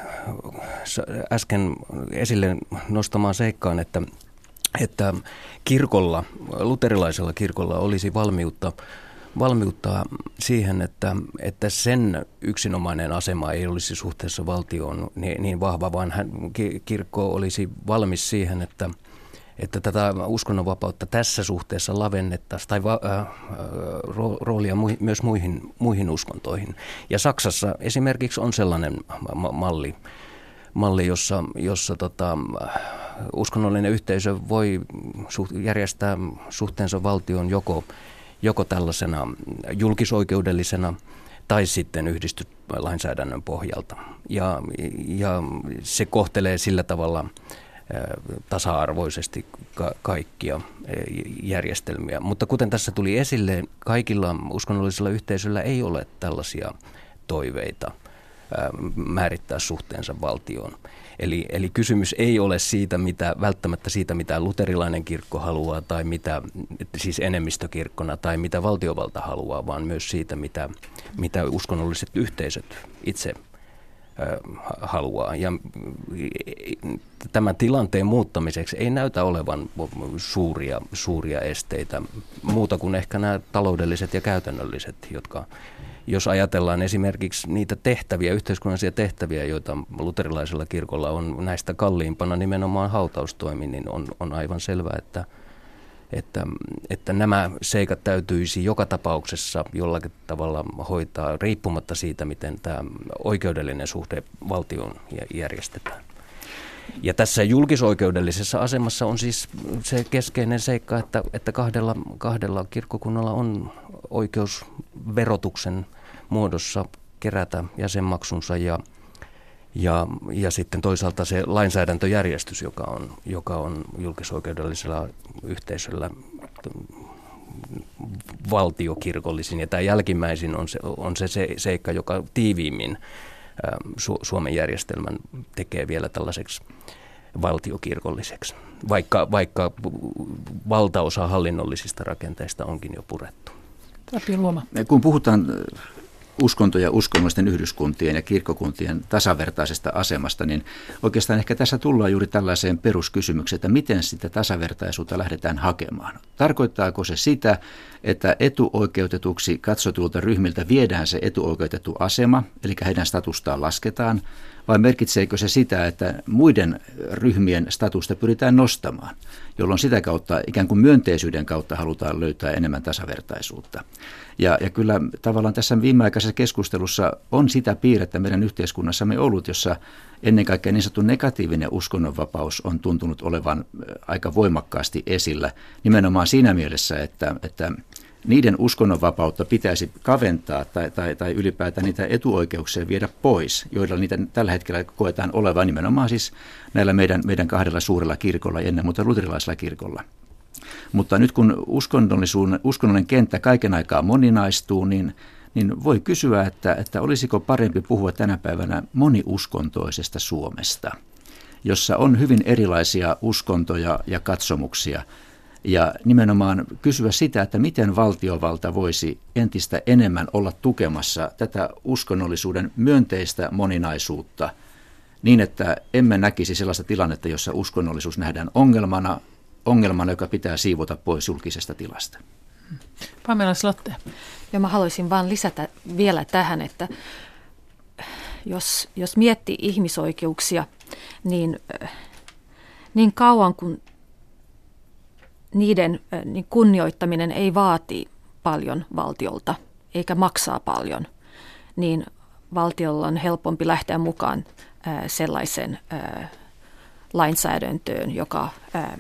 äsken esille nostamaan seikkaan, että, että kirkolla, luterilaisella kirkolla olisi valmiutta valmiutta siihen, että, että sen yksinomainen asema ei olisi suhteessa valtioon niin, niin vahva, vaan hän, kirkko olisi valmis siihen, että, että tätä uskonnonvapautta tässä suhteessa lavennettaisiin tai va, äh, ro, roolia mu, myös muihin, muihin uskontoihin. Ja Saksassa esimerkiksi on sellainen ma- malli malli, jossa, jossa tota, uskonnollinen yhteisö voi järjestää suhteensa valtioon joko, joko tällaisena julkisoikeudellisena tai sitten yhdistyslainsäädännön pohjalta. Ja, ja se kohtelee sillä tavalla tasa-arvoisesti ka- kaikkia järjestelmiä. Mutta kuten tässä tuli esille, kaikilla uskonnollisilla yhteisöillä ei ole tällaisia toiveita määrittää suhteensa valtioon. Eli, eli kysymys ei ole siitä, mitä, välttämättä siitä, mitä luterilainen kirkko haluaa tai mitä siis enemmistökirkkona tai mitä valtiovalta haluaa, vaan myös siitä, mitä, mitä uskonnolliset yhteisöt itse haluaa. Ja tämän tilanteen muuttamiseksi ei näytä olevan suuria, suuria esteitä, muuta kuin ehkä nämä taloudelliset ja käytännölliset, jotka, jos ajatellaan esimerkiksi niitä tehtäviä, yhteiskunnallisia tehtäviä, joita luterilaisella kirkolla on näistä kalliimpana nimenomaan hautaustoimi, niin on, on aivan selvää, että Että, että nämä seikat täytyisi joka tapauksessa jollakin tavalla hoitaa riippumatta siitä, miten tämä oikeudellinen suhde valtioon järjestetään. Ja tässä julkisoikeudellisessa asemassa on siis se keskeinen seikka, että, että kahdella, kahdella kirkkokunnalla on oikeus verotuksen muodossa kerätä jäsenmaksunsa ja Ja, ja sitten toisaalta se lainsäädäntöjärjestys, joka on, joka on julkisoikeudellisella yhteisöllä valtiokirkollisin. Ja tämä jälkimmäisin on se, on se seikka, joka tiiviimmin Su- Suomen järjestelmän tekee vielä tällaiseksi valtiokirkolliseksi, vaikka, vaikka valtaosa hallinnollisista rakenteista onkin jo purettu. Tapio Luoma. Kun puhutaan uskonto- ja uskonnollisten yhdyskuntien ja kirkkokuntien tasavertaisesta asemasta, niin oikeastaan ehkä tässä tullaan juuri tällaiseen peruskysymykseen, että miten sitä tasavertaisuutta lähdetään hakemaan. Tarkoittaako se sitä, että etuoikeutetuksi katsotulta ryhmiltä viedään se etuoikeutettu asema, eli heidän statustaan lasketaan, vai merkitseekö se sitä, että muiden ryhmien statusta pyritään nostamaan, jolloin sitä kautta ikään kuin myönteisyyden kautta halutaan löytää enemmän tasavertaisuutta. Ja, ja kyllä tavallaan tässä viimeaikaisessa keskustelussa on sitä piirrettä meidän yhteiskunnassamme ollut, jossa ennen kaikkea niin sanottu negatiivinen uskonnonvapaus on tuntunut olevan aika voimakkaasti esillä, nimenomaan siinä mielessä, että, että niiden uskonnonvapautta pitäisi kaventaa tai, tai, tai ylipäätään niitä etuoikeuksia viedä pois, joilla niitä tällä hetkellä koetaan olevan nimenomaan siis näillä meidän, meidän kahdella suurella kirkolla ja ennen muuta luterilaisella kirkolla. Mutta nyt kun uskonnollinen kenttä kaiken aikaa moninaistuu, niin, niin voi kysyä, että, että olisiko parempi puhua tänä päivänä moniuskontoisesta Suomesta, jossa on hyvin erilaisia uskontoja ja katsomuksia. Ja nimenomaan kysyä sitä, että miten valtiovalta voisi entistä enemmän olla tukemassa tätä uskonnollisuuden myönteistä moninaisuutta niin, että emme näkisi sellaista tilannetta, jossa uskonnollisuus nähdään ongelmana, ongelmana, joka pitää siivota pois julkisesta tilasta. Pamela Slotte. Ja mä haluaisin vain lisätä vielä tähän, että jos, jos miettii ihmisoikeuksia, niin niin kauan kuin niiden niin kunnioittaminen ei vaati paljon valtiolta eikä maksaa paljon, niin valtiolla on helpompi lähteä mukaan ää, sellaisen ää, lainsäädäntöön, joka, ää,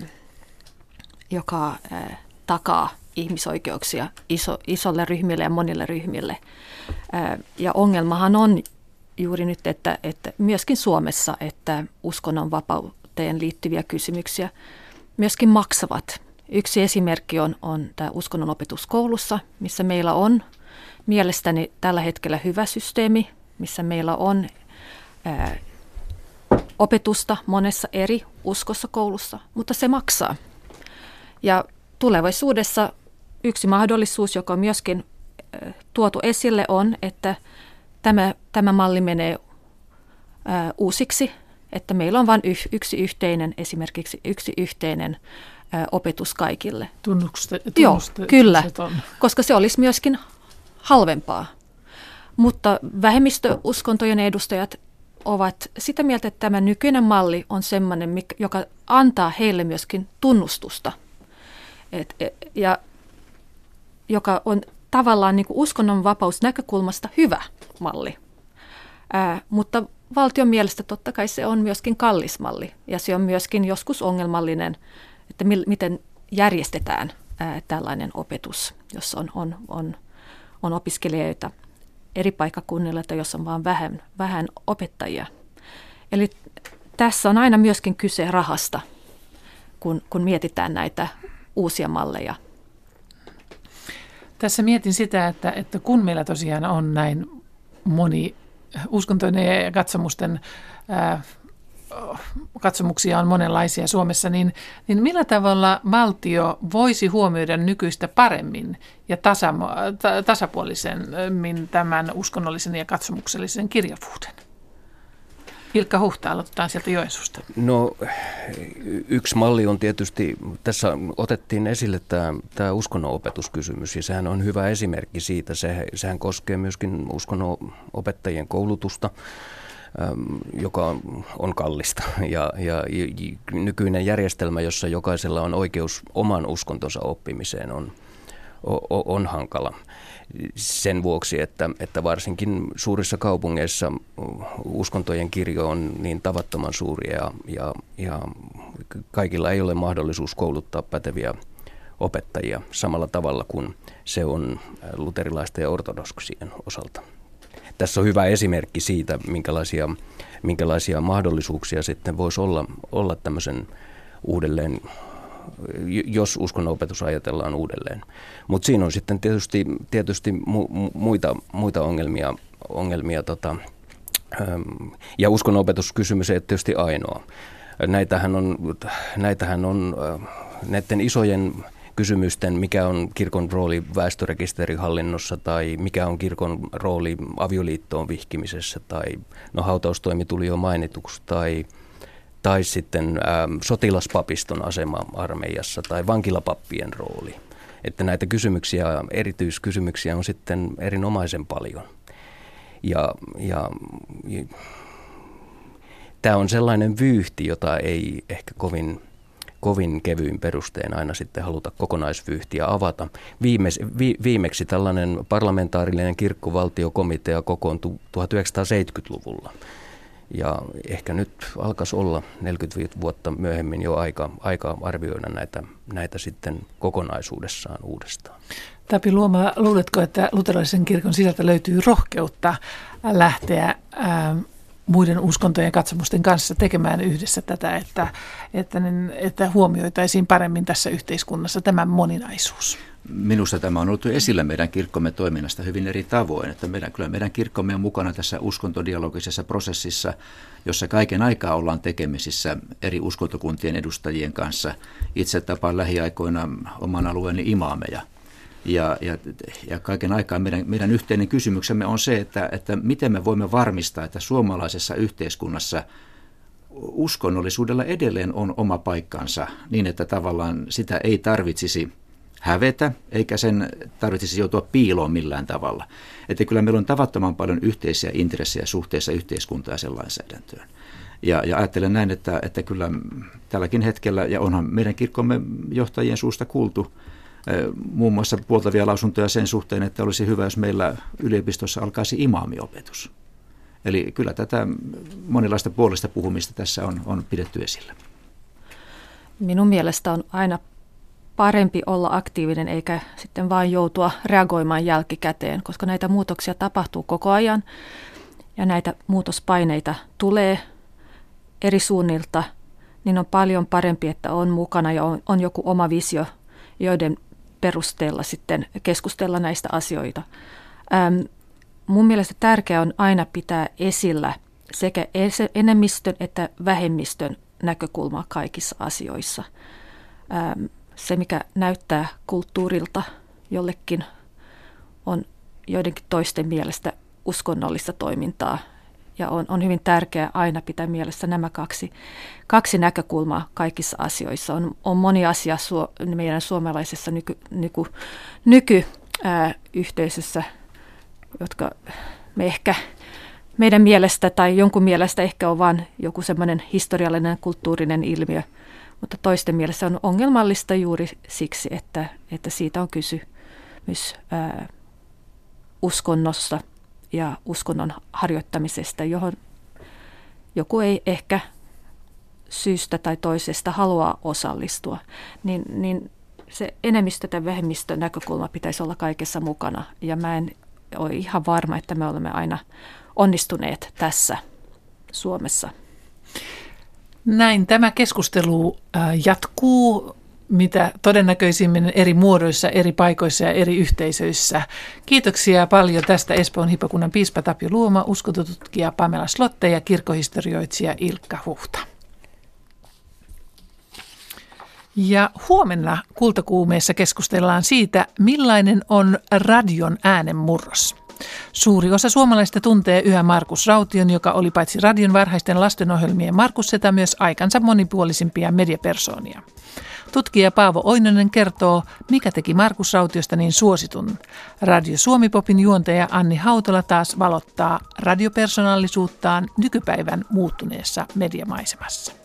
joka ää, takaa ihmisoikeuksia iso, isolle ryhmille ja monille ryhmille. Ää, ja ongelmahan on juuri nyt, että, että myöskin Suomessa, että uskonnonvapauteen liittyviä kysymyksiä myöskin maksavat. Yksi esimerkki on, on tämä uskonnonopetus koulussa, missä meillä on mielestäni tällä hetkellä hyvä systeemi, missä meillä on ää, opetusta monessa eri uskossa koulussa, mutta se maksaa. Ja tulevaisuudessa yksi mahdollisuus, joka on myöskin ää, tuotu esille, on, että tämä, tämä malli menee ää, uusiksi, että meillä on vain yh, yksi yhteinen, esimerkiksi yksi yhteinen opetus kaikille. Tunnukset, Joo, kyllä, on. Koska se olisi myöskin halvempaa. Mutta vähemmistöuskontojen edustajat ovat sitä mieltä, että tämä nykyinen malli on sellainen, joka antaa heille myöskin tunnustusta. Et, ja joka on tavallaan niin kuin uskonnonvapausnäkökulmasta hyvä malli. Ää, mutta valtion mielestä totta kai se on myöskin kallis malli ja se on myöskin joskus ongelmallinen, että mi- miten järjestetään ää, tällainen opetus, jossa on, on, on, on opiskelijoita eri paikkakunnilla, että jos on vain vähän, vähän opettajia. Eli tässä on aina myöskin kyse rahasta, kun, kun mietitään näitä uusia malleja. Tässä mietin sitä, että, että kun meillä tosiaan on näin moni uskontojen ja katsomusten ää, katsomuksia on monenlaisia Suomessa, niin, niin millä tavalla valtio voisi huomioida nykyistä paremmin ja tasa, ta, tasapuolisemmin tämän uskonnollisen ja katsomuksellisen kirjavuuden? Ilkka Huhta, aloitetaan sieltä Joensuusta. No yksi malli on tietysti, tässä otettiin esille tämä, tämä uskonnonopetuskysymys ja sehän on hyvä esimerkki siitä. Se, sehän koskee myöskin uskonnonopettajien koulutusta, joka on, on kallista ja, ja nykyinen järjestelmä, jossa jokaisella on oikeus oman uskontonsa oppimiseen on, on, on hankala. Sen vuoksi, että, että varsinkin suurissa kaupungeissa uskontojen kirjo on niin tavattoman suuri ja, ja, ja kaikilla ei ole mahdollisuus kouluttaa päteviä opettajia samalla tavalla kuin se on luterilaisten ja ortodoksien osalta. Tässä on hyvä esimerkki siitä, minkälaisia, minkälaisia mahdollisuuksia sitten voisi olla, olla tämmöisen uudelleen, jos uskonnonopetus ajatellaan uudelleen. Mutta siinä on sitten tietysti, tietysti mu, muita, muita ongelmia, ongelmia tota, ja uskonnonopetuskysymys ei tietysti ainoa. Näitähän on, näitähän on näiden isojen kysymysten, mikä on kirkon rooli väestörekisterihallinnossa tai mikä on kirkon rooli avioliittoon vihkimisessä tai no hautaustoimi tuli jo mainituksi tai tai sitten ä, sotilaspapiston asema armeijassa tai vankilapappien rooli. Että näitä kysymyksiä, erityiskysymyksiä on sitten erinomaisen paljon. Ja, ja, ja tämä on sellainen vyyhti, jota ei ehkä kovin, kovin kevyin perustein aina sitten haluta kokonaisvyyhtiä avata. Viime, vi, viimeksi tällainen parlamentaarinen kirkkovaltiokomitea kokoontui tuhatyhdeksänsataaseitsemänkymmentäluvulla. Ja ehkä nyt alkaisi olla neljäkymmentä vuotta myöhemmin jo aika, aika arvioida näitä, näitä sitten kokonaisuudessaan uudestaan. Tapi Luoma, luuletko, että luterilaisen kirkon sisältä löytyy rohkeutta lähteä ää, muiden uskontojen ja katsomusten kanssa tekemään yhdessä tätä, että, että, että huomioitaisiin paremmin tässä yhteiskunnassa tämä moninaisuus? Minusta tämä on ollut esillä meidän kirkkomme toiminnasta hyvin eri tavoin. Että meidän, kyllä meidän kirkkomme on mukana tässä uskontodialogisessa prosessissa, jossa kaiken aikaa ollaan tekemisissä eri uskontokuntien edustajien kanssa. Itse tapaan lähiaikoina oman alueeni imaameja. Ja, ja, ja kaiken aikaa meidän, meidän yhteinen kysymyksemme on se, että, että miten me voimme varmistaa, että suomalaisessa yhteiskunnassa uskonnollisuudella edelleen on oma paikkansa niin, että tavallaan sitä ei tarvitsisi hävetä, eikä sen tarvitsisi joutua piiloon millään tavalla. Että kyllä meillä on tavattoman paljon yhteisiä intressejä suhteessa yhteiskuntaan ja sen lainsäädäntöön. Ja, ja ajattelen näin, että, että kyllä tälläkin hetkellä, ja onhan meidän kirkkomme johtajien suusta kuultu muun muassa puoltavia lausuntoja sen suhteen, että olisi hyvä, jos meillä yliopistossa alkaisi imaamiopetus. Eli kyllä tätä monenlaista puolesta puhumista tässä on, on pidetty esillä. Minun mielestä on aina parempi olla aktiivinen eikä sitten vain joutua reagoimaan jälkikäteen, koska näitä muutoksia tapahtuu koko ajan ja näitä muutospaineita tulee eri suunnilta, niin on paljon parempi, että on mukana ja on, on joku oma visio, joiden perusteella sitten keskustella näistä asioita. Ähm, mun mielestä tärkeää on aina pitää esillä sekä enemmistön että vähemmistön näkökulmaa kaikissa asioissa. Ähm, se, mikä näyttää kulttuurilta jollekin, on joidenkin toisten mielestä uskonnollista toimintaa. Ja on, on hyvin tärkeää aina pitää mielessä nämä kaksi, kaksi näkökulmaa kaikissa asioissa. On, on moni asia suo, meidän suomalaisessa nyky, nyky, nykyyhteisössä, jotka me ehkä meidän mielestä tai jonkun mielestä ehkä on vain joku semmoinen historiallinen kulttuurinen ilmiö, mutta toisten mielestä on ongelmallista juuri siksi, että, että siitä on kysymys ää, uskonnossa ja uskonnon harjoittamisesta, johon joku ei ehkä syystä tai toisesta halua osallistua, niin, niin se enemmistö- tai vähemmistönäkökulma pitäisi olla kaikessa mukana. Ja mä en ole ihan varma, että me olemme aina onnistuneet tässä Suomessa. Näin tämä keskustelu jatkuu, mitä todennäköisimmin eri muodoissa, eri paikoissa ja eri yhteisöissä. Kiitoksia paljon tästä Espoon hiippakunnan piispa Tapio Luoma, uskontotutkija Pamela Slotte ja kirkkohistorioitsija Ilkka Huhta. Ja huomenna Kultakuumeessa keskustellaan siitä, millainen on radion äänen murros. Suuri osa suomalaista tuntee yhä Markus Raution, joka oli paitsi radion varhaisten lastenohjelmien Markussetä myös aikansa monipuolisimpia mediapersoonia. Tutkija Paavo Oinonen kertoo, mikä teki Markus Rautiosta niin suositun. Radio Suomi-popin juontaja Anni Hautola taas valottaa radiopersonaalisuuttaan nykypäivän muuttuneessa mediamaisemassa.